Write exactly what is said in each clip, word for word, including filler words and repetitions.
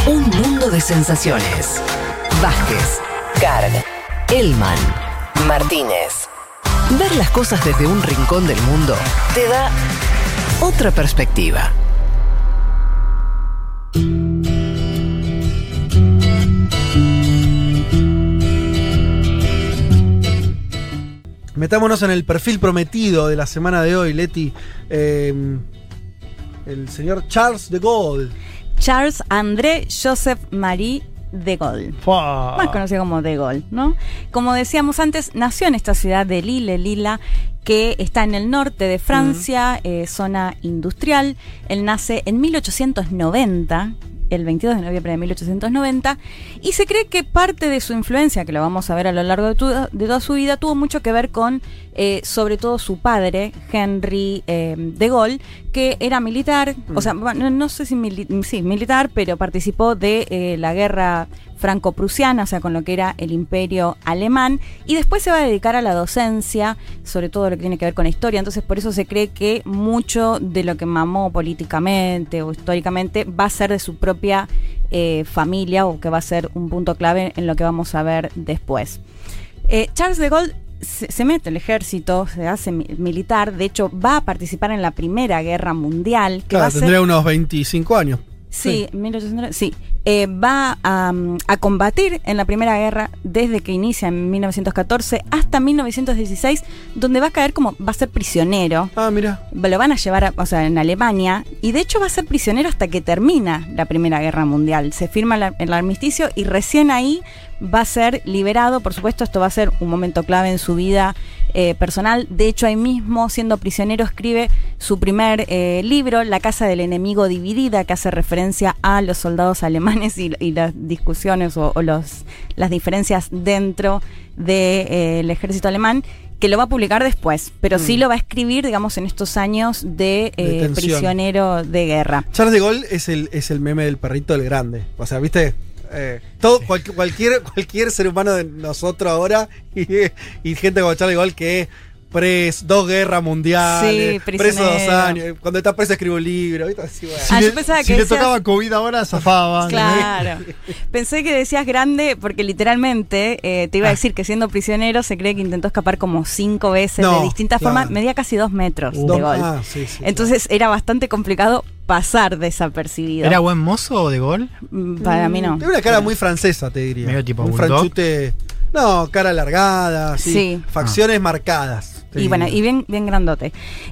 Un mundo de sensaciones. Vázquez, Carg, Elman, Martínez. Ver las cosas desde un rincón del mundo te da otra perspectiva. Metámonos en el perfil prometido de la semana de hoy, Leti. Eh, el señor Charles de Gaulle. Charles André Joseph Marie de Gaulle. Fua. Más conocido como de Gaulle, ¿no? Como decíamos antes, nació en esta ciudad de Lille, Lila, que está en el norte de Francia, mm. eh, zona industrial. Él nace en mil ochocientos noventa, el veintidós de noviembre de mil ochocientos noventa, y se cree que parte de su influencia, que lo vamos a ver a lo largo de, tu, de toda su vida, tuvo mucho que ver con, eh, sobre todo su padre, Henry eh, de Gaulle, que era militar, mm. o sea, no, no sé si mili- sí, militar, pero participó de eh, la guerra franco-prusiana, o sea, con lo que era el imperio alemán, y después se va a dedicar a la docencia, sobre todo lo que tiene que ver con la historia. Entonces por eso se cree que mucho de lo que mamó políticamente o históricamente va a ser de su propia eh, familia, o que va a ser un punto clave en lo que vamos a ver después. Eh, Charles de Gaulle se, se mete al ejército, se hace mi- militar, de hecho va a participar en la Primera Guerra Mundial. Que Claro, va a tendría ser, unos veinticinco años. Sí, sí. mil ochocientos, sí. Eh, va a, a combatir en la Primera Guerra desde que inicia en mil novecientos catorce hasta mil novecientos dieciséis, donde va a caer como, va a ser prisionero. Ah, mira. Lo van a llevar, a, o sea, en Alemania, y de hecho va a ser prisionero hasta que termina la Primera Guerra Mundial. Se firma la, el armisticio y recién ahí va a ser liberado. Por supuesto, esto va a ser un momento clave en su vida eh, personal. De hecho, ahí mismo, siendo prisionero, escribe su primer eh, libro, La Casa del Enemigo Dividida, que hace referencia a los soldados alemanes y, y las discusiones o, o los, las diferencias dentro del de, eh, ejército alemán, que lo va a publicar después, pero mm. sí lo va a escribir, digamos, en estos años de, eh, de prisionero de guerra. Charles de Gaulle es el, es el meme del perrito del grande. O sea, ¿viste? Eh, todo, cual, cualquier, cualquier ser humano de nosotros ahora y, y gente como Charles de Gaulle que preso, dos guerras mundiales, sí, preso dos años. Cuando está preso escribe un libro. Así, bueno. Si, ah, le, yo pensaba que si decías, le tocaba COVID ahora, zafaba. Claro. Pensé que decías grande porque literalmente eh, te iba a decir que siendo prisionero se cree que intentó escapar como cinco veces no, de distintas claro. formas. Medía casi dos metros uh, de Gaulle. Ah, sí, sí, Entonces claro. era bastante complicado pasar desapercibido. ¿Era buen mozo de Gaulle? Para mm, mí no. Tiene una cara muy francesa, te diría. Medio tipo un franchute. No, cara alargada, sí. sí. Facciones ah. marcadas. Y bueno, y bien, bien grandote.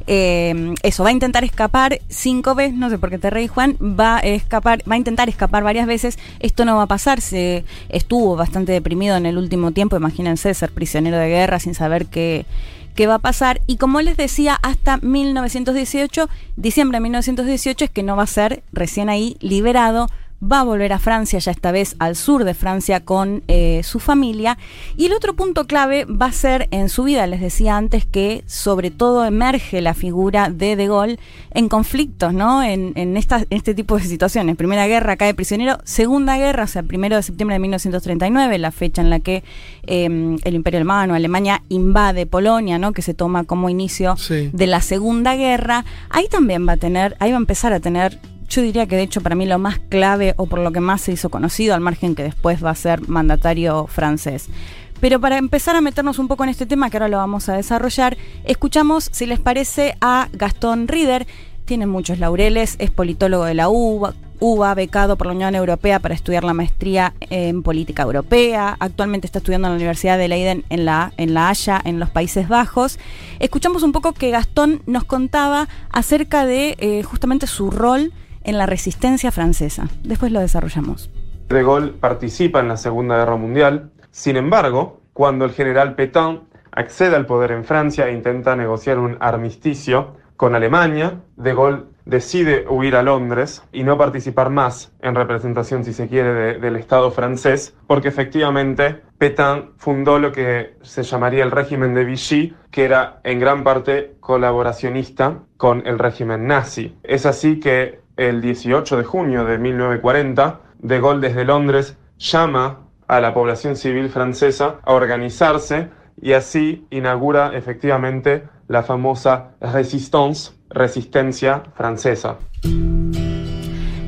Eh, eso, va a intentar escapar cinco veces, no sé por qué te reí, Juan, va a escapar, va a intentar escapar varias veces. Esto no va a pasar, se estuvo bastante deprimido en el último tiempo, imagínense, ser prisionero de guerra sin saber qué, qué va a pasar. Y como les decía, hasta mil novecientos dieciocho, diciembre de mil novecientos dieciocho, es que no va a ser recién ahí liberado. Va a volver a Francia, ya esta vez al sur de Francia con eh, su familia. Y el otro punto clave va a ser en su vida, les decía antes, que sobre todo emerge la figura de De Gaulle en conflictos, ¿no? En, en, esta, en este tipo de situaciones. Primera guerra, cae prisionero. Segunda guerra, o sea, primero de septiembre de mil novecientos treinta y nueve, la fecha en la que eh, el Imperio Alemán o Alemania invade Polonia, ¿no? Que se toma como inicio sí. de la Segunda Guerra. Ahí también va a tener, ahí va a empezar a tener... Yo diría que de hecho para mí lo más clave o por lo que más se hizo conocido, al margen que después va a ser mandatario francés. Pero para empezar a meternos un poco en este tema, que ahora lo vamos a desarrollar, escuchamos, si les parece, a Gastón Rieder. Tiene muchos laureles, es politólogo de la UBA, UBA, becado por la Unión Europea para estudiar la maestría en política europea. Actualmente está estudiando en la Universidad de Leiden en la, en la Haya, en los Países Bajos. Escuchamos un poco que Gastón nos contaba acerca de eh, justamente su rol en la resistencia francesa. Después lo desarrollamos. De Gaulle participa en la Segunda Guerra Mundial. Sin embargo, cuando el general Pétain accede al poder en Francia e intenta negociar un armisticio con Alemania, De Gaulle decide huir a Londres y no participar más en representación, si se quiere, de, del Estado francés, porque efectivamente Pétain fundó lo que se llamaría el régimen de Vichy, que era en gran parte colaboracionista con el régimen nazi. Es así que el dieciocho de junio de mil novecientos cuarenta, De Gaulle desde Londres llama a la población civil francesa a organizarse y así inaugura efectivamente la famosa Resistance, resistencia francesa.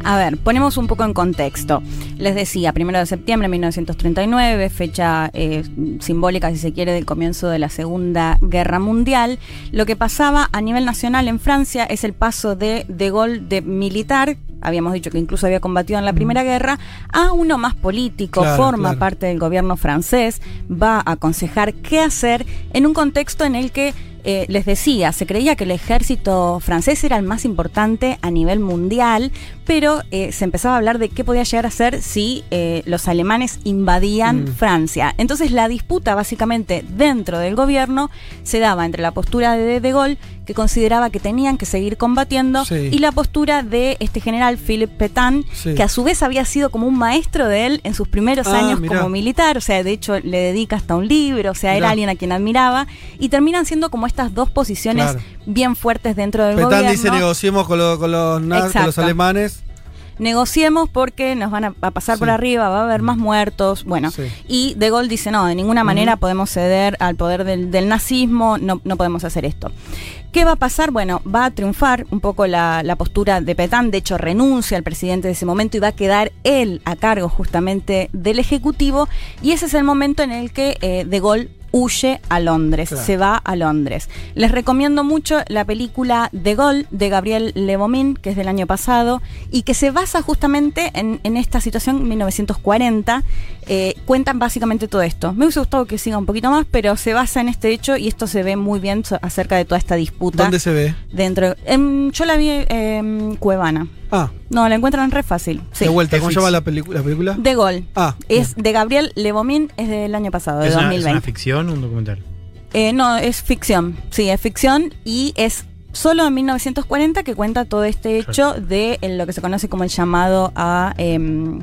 A ver, ponemos un poco en contexto. Les decía, primero de septiembre de mil novecientos treinta y nueve, fecha eh, simbólica, si se quiere, del comienzo de la Segunda Guerra Mundial. Lo que pasaba a nivel nacional en Francia es el paso de De Gaulle de militar, habíamos dicho que incluso había combatido en la Primera Guerra, a uno más político, Claro, forma claro. parte del gobierno francés, va a aconsejar qué hacer en un contexto en el que Eh, les decía, se creía que el ejército francés era el más importante a nivel mundial, pero eh, se empezaba a hablar de qué podía llegar a ser si eh, los alemanes invadían Mm. Francia. Entonces la disputa básicamente dentro del gobierno se daba entre la postura de De Gaulle, que consideraba que tenían que seguir combatiendo, Sí. y la postura de este general Philippe Pétain, Sí. que a su vez había sido como un maestro de él en sus primeros Ah, años mirá. como militar, o sea, de hecho le dedica hasta un libro, o sea, Mirá. era alguien a quien admiraba, y terminan siendo como estas dos posiciones Claro. bien fuertes dentro del Petán gobierno. dice negociemos con, lo- con los, naz- con Exacto. los alemanes. Negociemos porque nos van a, a pasar Sí. por arriba, va a haber más muertos, bueno. Sí. Y De Gaulle dice, no, de ninguna manera podemos ceder al poder del, del nazismo, no, no podemos hacer esto. ¿Qué va a pasar? Bueno, va a triunfar un poco la, la postura de Pétain, de hecho renuncia al presidente de ese momento y va a quedar él a cargo justamente del Ejecutivo, y ese es el momento en el que eh, De Gaulle huye a Londres, Claro. se va a Londres. Les recomiendo mucho la película De Gaulle de Gabriel Le Beaumin, que es del año pasado, y que se basa justamente en, en esta situación mil novecientos cuarenta. Eh, cuentan básicamente todo esto. Me hubiese gustado que siga un poquito más, pero se basa en este hecho y esto se ve muy bien so- acerca de toda esta disputa. ¿Dónde se ve? Dentro. em, yo la vi en Cuevana. Ah, No, la encuentran re fácil. Sí. de vuelta. ¿Cómo se Netflix. llama la, pelicu- la película? De Gaulle. Ah, Es de Gabriel Le Beaumin, es del año pasado, de ¿Es una, dos mil es veinte. una ficción o un documental? Eh, no, es ficción. Sí, es ficción y es solo en mil novecientos cuarenta que cuenta todo este hecho de en lo que se conoce como el llamado a, em,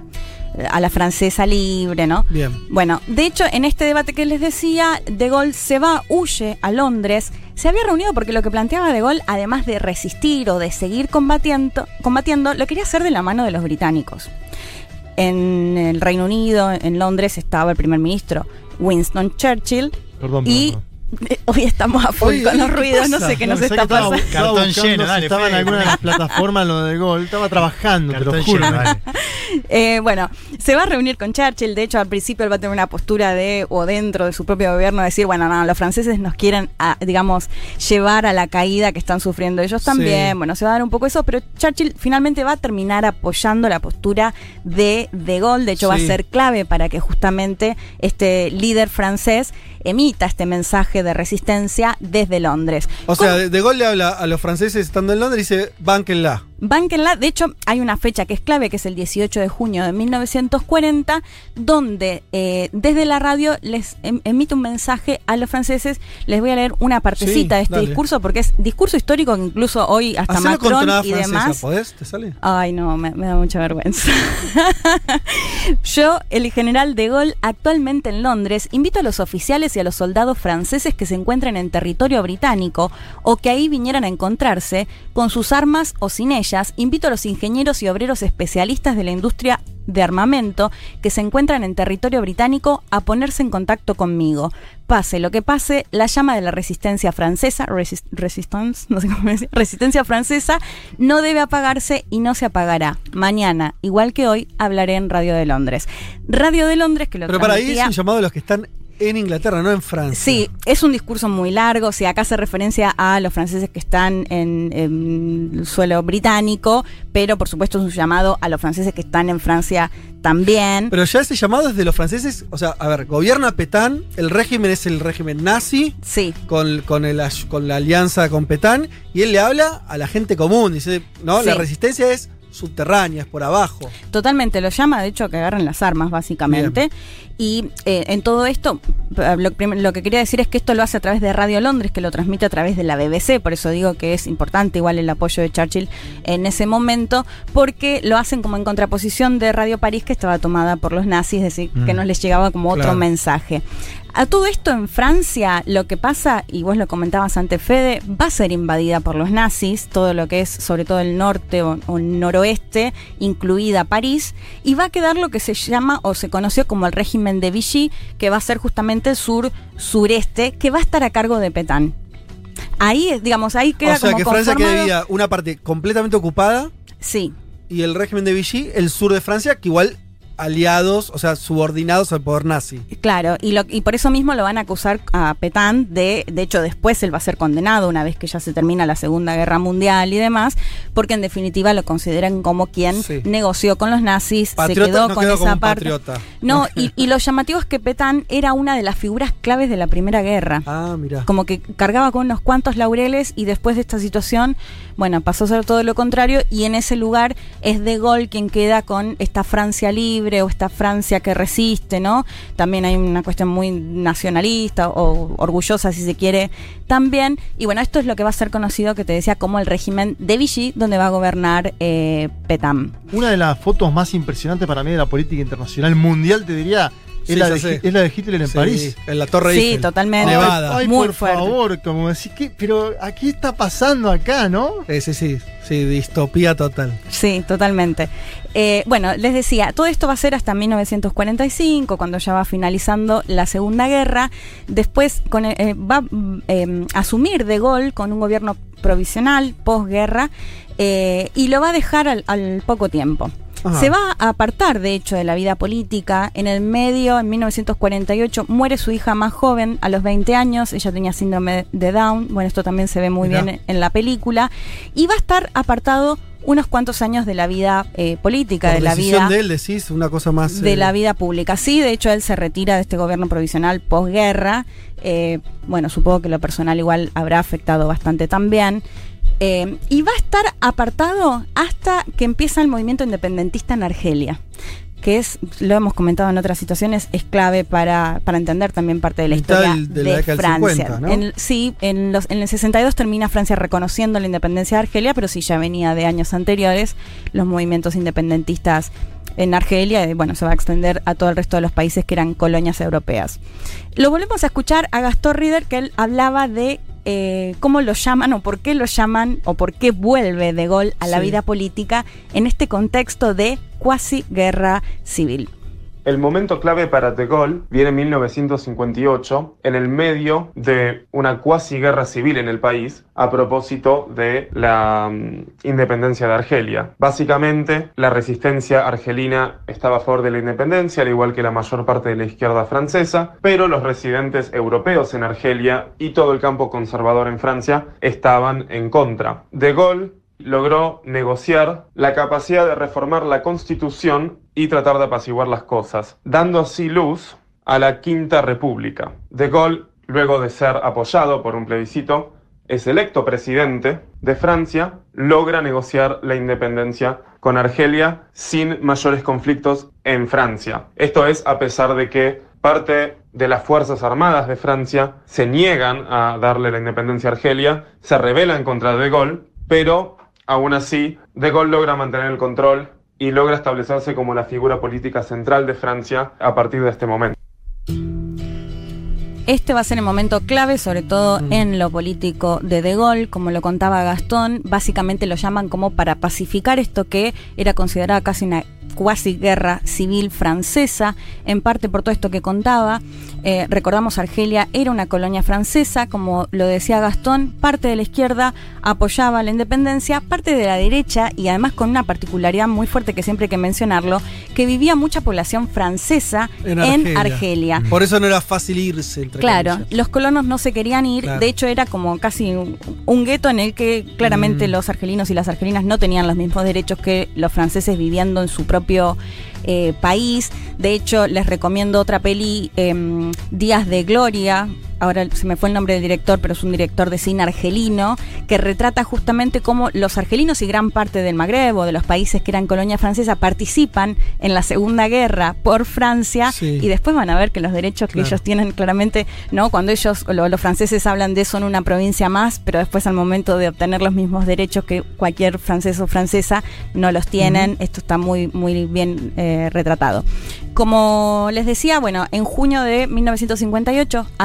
a la francesa libre, ¿no? bien. Bueno, de hecho, en este debate que les decía, De Gaulle se va, huye a Londres. Se había reunido porque lo que planteaba De Gaulle, además de resistir o de seguir combatiendo, combatiendo, lo quería hacer de la mano de los británicos. En el Reino Unido, en Londres, estaba el primer ministro Winston Churchill. Perdón, Y eh, hoy estamos a full Oye, con los ¿qué ruidos, no pasa? sé qué nos sé está que estaba- pasando. Cartón Estaba buscando lleno, si dale, estaba en Fede. alguna de las plataformas lo de Gol. Estaba trabajando, te Cartón lo juro. lleno, dale. Eh, bueno, se va a reunir con Churchill. De hecho, al principio él va a tener una postura de, o dentro de su propio gobierno, decir, bueno, no, los franceses nos quieren, a, digamos, llevar a la caída que están sufriendo ellos también. Sí. Bueno, se va a dar un poco eso, pero Churchill finalmente va a terminar apoyando la postura de De Gaulle. De hecho, va a Sí. ser clave para que justamente este líder francés emita este mensaje de resistencia desde Londres. O sea, De, de Gaulle le habla a los franceses estando en Londres y dice, bánquenla. Bánquenla, de hecho hay una fecha que es clave, que es el dieciocho de junio de mil novecientos cuarenta, donde eh, desde la radio les em- emite un mensaje a los franceses. Les voy a leer una partecita Sí, de este dale. discurso, porque es discurso histórico que incluso hoy hasta Hacelo con Macron tonada y francesa, demás. ¿podés? ¿Te sale? Ay, no, me, me da mucha vergüenza. Yo, el general de Gaulle, actualmente en Londres, invito a los oficiales y a los soldados franceses que se encuentren en territorio británico o que ahí vinieran a encontrarse, con sus armas o sin ellas. Invito a los ingenieros y obreros especialistas de la industria de armamento que se encuentran en territorio británico a ponerse en contacto conmigo. Pase lo que pase, la llama de la resistencia francesa, resist- resistance, no sé cómo decir, resistencia francesa, no debe apagarse y no se apagará. Mañana, igual que hoy, hablaré en Radio de Londres. Radio de Londres, que lo Pero para ahí es transmitía- un llamado de los que están en Inglaterra, no en Francia. Sí, es un discurso muy largo. O sea, acá hace referencia a los franceses que están en, en el suelo británico, pero por supuesto es un llamado a los franceses que están en Francia también. Pero ya ese llamado es de los franceses. O sea, a ver, gobierna Pétain, el régimen es el régimen nazi, Sí, con, con, el, con la alianza con Pétain, y él le habla a la gente común. Dice, no, Sí. la resistencia es subterránea, es por abajo. totalmente lo llama, de hecho, que agarren las armas, básicamente. Y eh, en todo esto, lo, prim- lo que quería decir es que esto lo hace a través de Radio Londres, que lo transmite a través de la B B C, por eso digo que es importante igual el apoyo de Churchill en ese momento, porque lo hacen como en contraposición de Radio París, que estaba tomada por los nazis, es decir, que Mm. no les llegaba como otro Claro. mensaje. A todo esto en Francia, lo que pasa, y vos lo comentabas antes, Fede, va a ser invadida por los nazis, todo lo que es sobre todo el norte o, o el noroeste, incluida París, y va a quedar lo que se llama o se conoció como el régimen de Vichy, que va a ser justamente el sur-sureste, que va a estar a cargo de Pétain. Ahí, digamos, ahí queda O sea, como que Francia conformado. quedaría una parte completamente ocupada Sí. y el régimen de Vichy, el sur de Francia, que igual aliados, o sea, subordinados al poder nazi. Claro, y, lo, y por eso mismo lo van a acusar a Pétain de, de hecho después él va a ser condenado una vez que ya se termina la Segunda Guerra Mundial y demás, porque en definitiva lo consideran como quien sí. negoció con los nazis, patriota, se quedó no con quedó esa parte. Patriota. No, y, y lo llamativo es que Pétain era una de las figuras claves de la Primera Guerra. Ah, mira. Como que cargaba con unos cuantos laureles y después de esta situación, bueno, pasó a ser todo lo contrario y en ese lugar es De Gaulle quien queda con esta Francia libre o esta Francia que resiste, ¿no? También hay una cuestión muy nacionalista o orgullosa, si se quiere, también. Y bueno, esto es lo que va a ser conocido, que te decía, como el régimen de Vichy, donde va a gobernar eh, Pétain. Una de las fotos más impresionantes para mí de la política internacional mundial, te diría, es, sí, la, de, es la de Hitler en sí, París. En la Torre Sí, Eiffel. totalmente. Nevada. Ay, muy por fuerte. favor, como decir, ¿qué? Pero aquí está pasando acá, ¿no? Sí, sí, sí. Sí, distopía total. Sí, totalmente. Eh, bueno, les decía, todo esto va a ser hasta mil novecientos cuarenta y cinco, cuando ya va finalizando la Segunda Guerra. Después con, eh, va a eh, asumir De Gaulle con un gobierno provisional, posguerra, eh, y lo va a dejar al, al poco tiempo. Ajá. Se va a apartar, de hecho, de la vida política. En el medio, en mil novecientos cuarenta y ocho, muere su hija más joven, a los veinte años. Ella tenía síndrome de Down. Bueno, esto también se ve muy Mirá. bien en la película. Y va a estar apartado unos cuantos años de la vida eh, política, Por de la decisión vida de él, decís, una cosa más... de eh... la vida pública. Sí, de hecho, él se retira de este gobierno provisional posguerra. Eh, bueno, supongo que lo personal igual habrá afectado bastante también. Eh, y va a estar apartado hasta que empieza el movimiento independentista en Argelia, que es, lo hemos comentado en otras situaciones, es clave para, para entender también parte de la Mitad historia del, de, de la década Francia. del cincuenta, ¿no? En, sí, en, los, en el sesenta y dos termina Francia reconociendo la independencia de Argelia, pero sí ya venía de años anteriores los movimientos independentistas en Argelia, y bueno, se va a extender a todo el resto de los países que eran colonias europeas. Lo volvemos a escuchar a Gastón Rieder, que él hablaba de Eh, cómo lo llaman o por qué lo llaman o por qué vuelve De Gaulle a la sí. vida política en este contexto de cuasi guerra civil. El momento clave para De Gaulle viene en mil novecientos cincuenta y ocho, en el medio de una cuasi guerra civil en el país, a propósito de la um, independencia de Argelia. Básicamente, la resistencia argelina estaba a favor de la independencia, al igual que la mayor parte de la izquierda francesa, pero los residentes europeos en Argelia y todo el campo conservador en Francia estaban en contra. De Gaulle logró negociar la capacidad de reformar la Constitución y tratar de apaciguar las cosas, dando así luz a la Quinta República. De Gaulle, luego de ser apoyado por un plebiscito, es electo presidente de Francia, logra negociar la independencia con Argelia sin mayores conflictos en Francia. Esto es a pesar de que parte de las Fuerzas Armadas de Francia se niegan a darle la independencia a Argelia, se rebelan contra De Gaulle, pero aún así, De Gaulle logra mantener el control y logra establecerse como la figura política central de Francia a partir de este momento. Este va a ser el momento clave, sobre todo mm. en lo político de De Gaulle, como lo contaba Gastón. Básicamente lo llaman como para pacificar esto que era considerada casi una cuasi guerra civil francesa, en parte por todo esto que contaba. Eh, recordamos, Argelia era una colonia francesa, como lo decía Gastón, parte de la izquierda apoyaba la independencia, parte de la derecha, y además con una particularidad muy fuerte que siempre hay que mencionarlo, que vivía mucha población francesa en Argelia. En Argelia. Por eso no era fácil irse. Entre claro, comillas. Los colonos no se querían ir, claro. De hecho era como casi un, un gueto en el que claramente mm. los argelinos y las argelinas no tenían los mismos derechos que los franceses viviendo en su propio Eh, país. De hecho, les recomiendo otra peli, eh, Días de Gloria. Ahora se me fue el nombre del director, pero es un director de cine argelino, que retrata justamente cómo los argelinos y gran parte del Magreb o de los países que eran colonia francesa participan en la Segunda Guerra por Francia, sí. Y después van a ver que los derechos claro. que ellos tienen claramente, ¿no? Cuando ellos, lo, los franceses hablan de son una provincia más, pero después al momento de obtener los mismos derechos que cualquier francés o francesa no los tienen. Uh-huh. Esto está muy, muy bien eh, retratado. Como les decía, bueno, en junio de mil novecientos cincuenta y ocho asume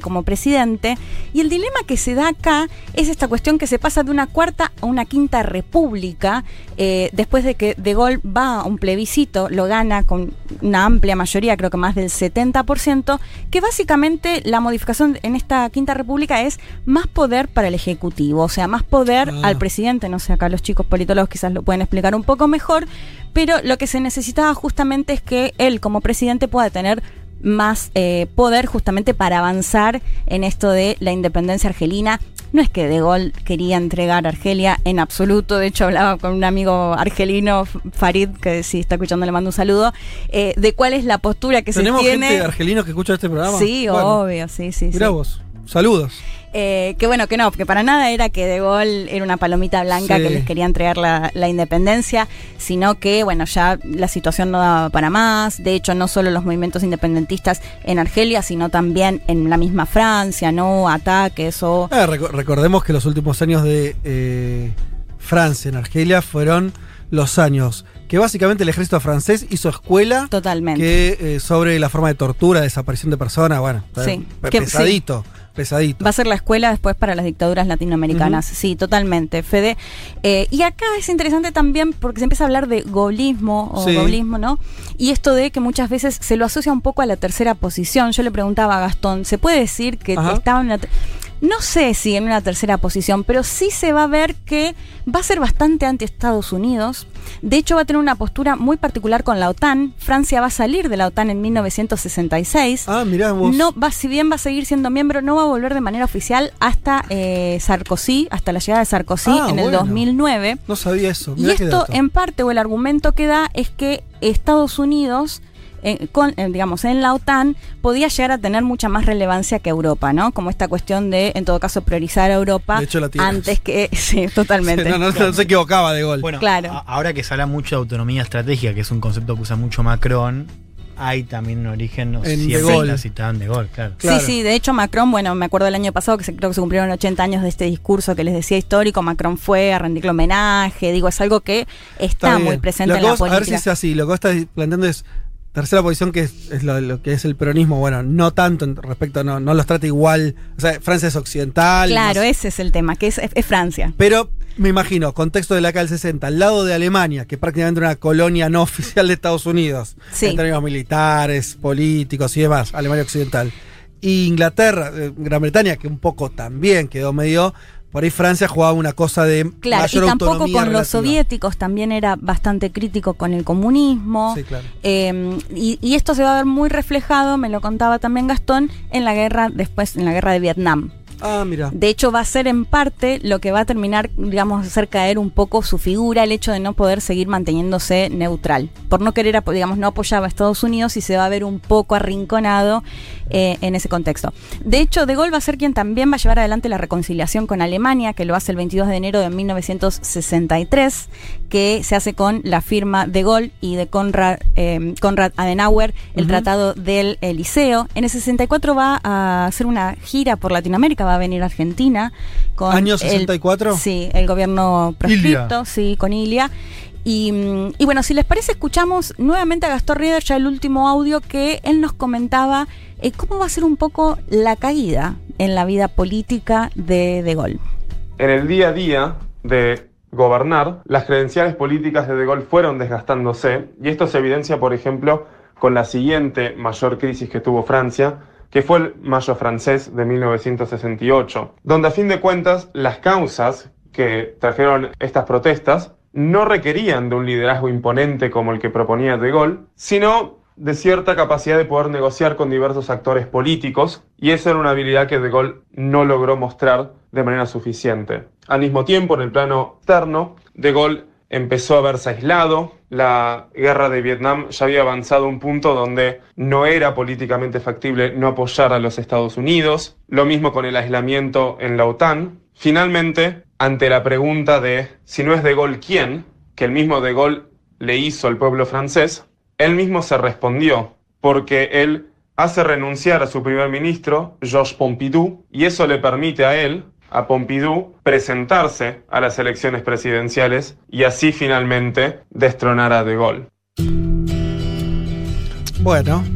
como presidente. Y el dilema que se da acá es esta cuestión que se pasa de una cuarta a una quinta república, eh, después de que De Gaulle va a un plebiscito, lo gana con una amplia mayoría, creo que más del setenta por ciento, que básicamente la modificación en esta quinta república es más poder para el Ejecutivo, o sea, más poder ah. al presidente. No sé, acá los chicos politólogos quizás lo pueden explicar un poco mejor, pero lo que se necesitaba justamente es que él como presidente pueda tener más eh, poder justamente para avanzar en esto de la independencia argelina. No es que De Gaulle quería entregar Argelia en absoluto, de hecho hablaba con un amigo argelino, Farid, que si está escuchando le mando un saludo, eh, de cuál es la postura que se tiene. ¿Tenemos gente argelino que escucha este programa? Sí, bueno, obvio, sí, sí. Mirá sí. vos, saludos. Eh, que bueno, que no, que para nada era que De Gaulle era una palomita blanca sí. que les quería entregar la, la independencia, sino que, bueno, ya la situación no daba para más. De hecho, no solo los movimientos independentistas en Argelia, sino también en la misma Francia, ¿no? Ataques o... Eh, rec- recordemos que los últimos años de eh, Francia en Argelia fueron los años que básicamente el ejército francés hizo escuela totalmente que eh, sobre la forma de tortura, desaparición de personas, bueno, sí. pesadito. Que, sí. Pesadito. Va a ser la escuela después para las dictaduras latinoamericanas. Uh-huh. Sí, totalmente, Fede. Eh, y acá es interesante también porque se empieza a hablar de gaullismo o sí. gaullismo, ¿no? Y esto de que muchas veces se lo asocia un poco a la tercera posición. Yo le preguntaba a Gastón, ¿se puede decir que Ajá. estaba en la... Te- No sé si en una tercera posición, pero sí se va a ver que va a ser bastante anti-Estados Unidos. De hecho, va a tener una postura muy particular con la OTAN. Francia va a salir de la OTAN en mil novecientos sesenta y seis. Ah, mirá vos. No, va, si bien va a seguir siendo miembro, no va a volver de manera oficial hasta eh, Sarkozy, hasta la llegada de Sarkozy ah, en bueno. el dos mil nueve. No sabía eso. Mirá y esto, en parte, o el argumento que da, es que Estados Unidos... Eh, con, eh, digamos, en la OTAN podía llegar a tener mucha más relevancia que Europa, ¿no? Como esta cuestión de, en todo caso, priorizar a Europa de hecho, la antes que... Sí, totalmente. Sí, no, no, no se equivocaba De Gaulle. Bueno, claro. a- ahora que se habla mucho de autonomía estratégica, que es un concepto que usa mucho Macron, hay también un origen, no en siempre la citaban De Gaulle, claro. Sí, claro. sí, de hecho Macron, bueno, me acuerdo del año pasado que se, creo que se cumplieron ochenta años de este discurso que les decía histórico. Macron fue a rendirle homenaje, digo, es algo que está, está muy presente en la vos, política. A ver si es así, lo que vos estás planteando es tercera posición, que es, es lo, lo que es el peronismo, bueno, no tanto en respecto, no, no los trata igual, o sea, Francia es occidental. Claro, más, ese es el tema, que es, es, es Francia. Pero me imagino, contexto de la década del sesenta, al lado de Alemania, que es prácticamente una colonia no oficial de Estados Unidos, sí. en términos militares, políticos y demás, Alemania occidental. Y Inglaterra, eh, Gran Bretaña, que un poco también quedó medio... Por ahí Francia jugaba una cosa de claro, mayor y tampoco autonomía con relativa. Los soviéticos también era bastante crítico con el comunismo. Sí, claro. Eh, y, y esto se va a ver muy reflejado, me lo contaba también Gastón, en la guerra después, en la guerra de Vietnam. Ah, mira. De hecho, va a ser en parte lo que va a terminar, digamos, hacer caer un poco su figura, el hecho de no poder seguir manteniéndose neutral. Por no querer, digamos, no apoyaba a Estados Unidos y se va a ver un poco arrinconado eh, en ese contexto. De hecho, De Gaulle va a ser quien también va a llevar adelante la reconciliación con Alemania, que lo hace el veintidós de enero de mil novecientos sesenta y tres, que se hace con la firma De Gaulle y de Konrad, eh, Konrad Adenauer, el uh-huh. Tratado del Eliseo. En el sesenta y cuatro va a hacer una gira por Latinoamérica, va a venir a Argentina con ¿Año sesenta y cuatro? El, sí, el gobierno proscripto, sí, con Ilia. Y, y bueno, si les parece, escuchamos nuevamente a Gastón Rieder, ya el último audio, que él nos comentaba eh, cómo va a ser un poco la caída en la vida política de De Gaulle. En el día a día de gobernar, las credenciales políticas de De Gaulle fueron desgastándose, y esto se evidencia, por ejemplo, con la siguiente mayor crisis que tuvo Francia, que fue el Mayo francés de mil novecientos sesenta y ocho, donde a fin de cuentas las causas que trajeron estas protestas no requerían de un liderazgo imponente como el que proponía De Gaulle, sino de cierta capacidad de poder negociar con diversos actores políticos, y esa era una habilidad que De Gaulle no logró mostrar de manera suficiente. Al mismo tiempo, en el plano externo, De Gaulle empezó a verse aislado. La guerra de Vietnam ya había avanzado a un punto donde no era políticamente factible no apoyar a los Estados Unidos. Lo mismo con el aislamiento en la OTAN. Finalmente, ante la pregunta de si no es De Gaulle, ¿quién?, que el mismo De Gaulle le hizo al pueblo francés, él mismo se respondió, porque él hace renunciar a su primer ministro, Georges Pompidou, y eso le permite a él, a Pompidou, presentarse a las elecciones presidenciales y así finalmente destronar a De Gaulle. Bueno,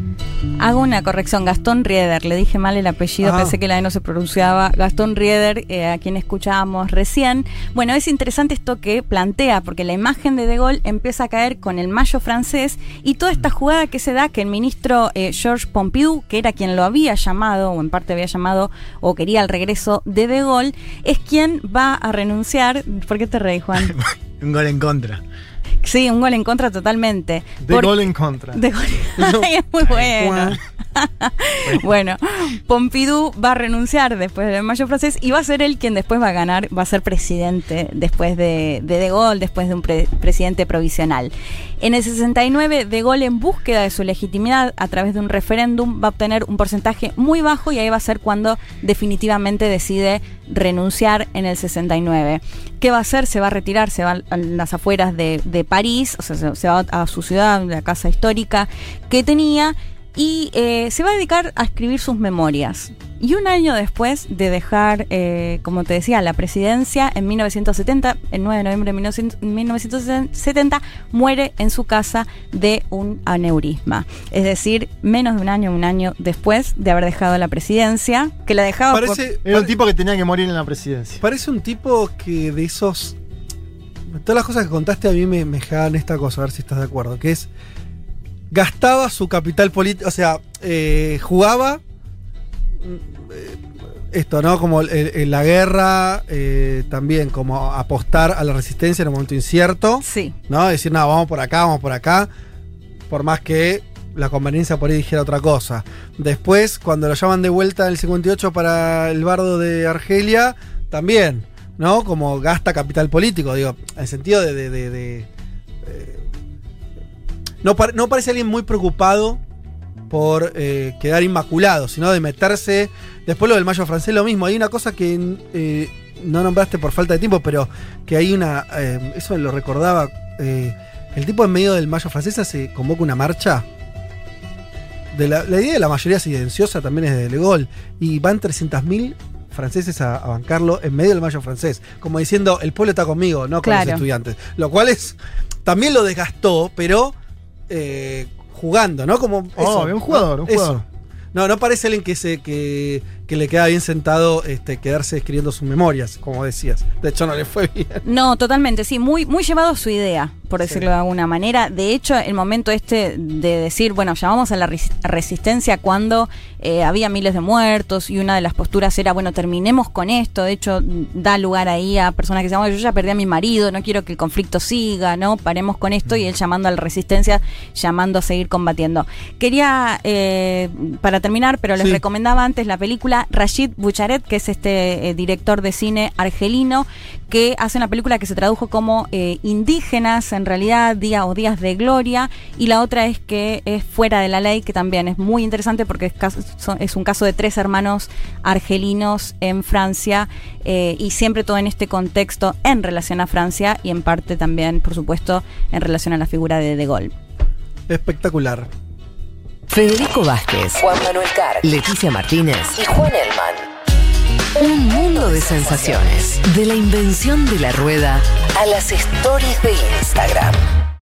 Hago una corrección, Gastón Rieder, le dije mal el apellido, ah. pensé que la E no se pronunciaba. Gastón Rieder, eh, a quien escuchábamos recién. Bueno, es interesante esto que plantea, porque la imagen de De Gaulle empieza a caer con el mayo francés y toda esta jugada que se da, que el ministro eh, Georges Pompidou, que era quien lo había llamado, o en parte había llamado, o quería el regreso de De Gaulle, es quien va a renunciar. ¿Por qué te reís, Juan? Un gol en contra. Sí, un gol en contra totalmente. De Por... gol en contra. De gol... es muy bueno. Bueno, Pompidou va a renunciar después del mayo francés y va a ser él quien después va a ganar, va a ser presidente después de De, de Gaulle, después de un pre- presidente provisional. En el sesenta y nueve, De Gaulle, en búsqueda de su legitimidad a través de un referéndum, va a obtener un porcentaje muy bajo y ahí va a ser cuando definitivamente decide renunciar en el sesenta y nueve. ¿Qué va a hacer? Se va a retirar, se va a las afueras de, de París, o sea, se, se va a su ciudad, la casa histórica que tenía, y eh, se va a dedicar a escribir sus memorias. Y un año después de dejar, eh, como te decía, la presidencia, en mil novecientos setenta, el nueve de noviembre de mil novecientos setenta, muere en su casa de un aneurisma. Es decir, menos de un año, un año después de haber dejado la presidencia, que la dejaba parece, por... Era un tipo que tenía que morir en la presidencia. Parece un tipo que de esos... Todas las cosas que contaste a mí me, me dejaban esta cosa, a ver si estás de acuerdo, que es... Gastaba su capital político, o sea, eh, jugaba eh, esto, ¿no? Como en la guerra, eh, también como apostar a la resistencia en un momento incierto. Sí. ¿No? Decir, no, vamos por acá, vamos por acá, por más que la conveniencia por ahí dijera otra cosa. Después, cuando lo llaman de vuelta en el cincuenta y ocho para el bardo de Argelia, también, ¿no? Como gasta capital político, digo, en el sentido de... de, de, de eh, No, par- no parece alguien muy preocupado por eh, quedar inmaculado, sino de meterse. Después lo del mayo francés, lo mismo. Hay una cosa que eh, no nombraste por falta de tiempo, pero que hay una. Eh, eso lo recordaba. Eh, el tipo en medio del mayo francés se convoca una marcha. De la, la idea de la mayoría silenciosa también es de De Gaulle. Y van trescientos mil franceses a, a bancarlo en medio del mayo francés. Como diciendo, el pueblo está conmigo, no con claro. los estudiantes. Lo cual es. También lo desgastó, pero. Eh, jugando, ¿no? Como oh, eso, un jugador, ¿no? un jugador. Eso. No, no parece alguien que se que, que le queda bien sentado este, quedarse escribiendo sus memorias, como decías. De hecho, no le fue bien. No, totalmente, sí, muy, muy llevado a su idea, por decirlo sí. de alguna manera. De hecho, el momento este de decir, bueno, llamamos a la res- resistencia cuando eh, había miles de muertos y una de las posturas era, bueno, terminemos con esto. De hecho, da lugar ahí a personas que dicen, bueno, yo ya perdí a mi marido, no quiero que el conflicto siga, ¿no? Paremos con esto. Y él llamando a la resistencia, llamando a seguir combatiendo. Quería, eh, para terminar, pero les sí. recomendaba antes la película Rachid Boucharet, que es este eh, director de cine argelino, que hace una película que se tradujo como eh, Indígenas, en realidad, Día o Días de Gloria, y la otra es que es Fuera de la Ley, que también es muy interesante porque es, caso, son, es un caso de tres hermanos argelinos en Francia, eh, y siempre todo en este contexto en relación a Francia y en parte también, por supuesto, en relación a la figura de De Gaulle. Espectacular. Federico Vázquez, Juan Manuel Carr, Leticia Martínez y Juan Elman. Un mundo de sensaciones. De la invención de la rueda a las stories de Instagram.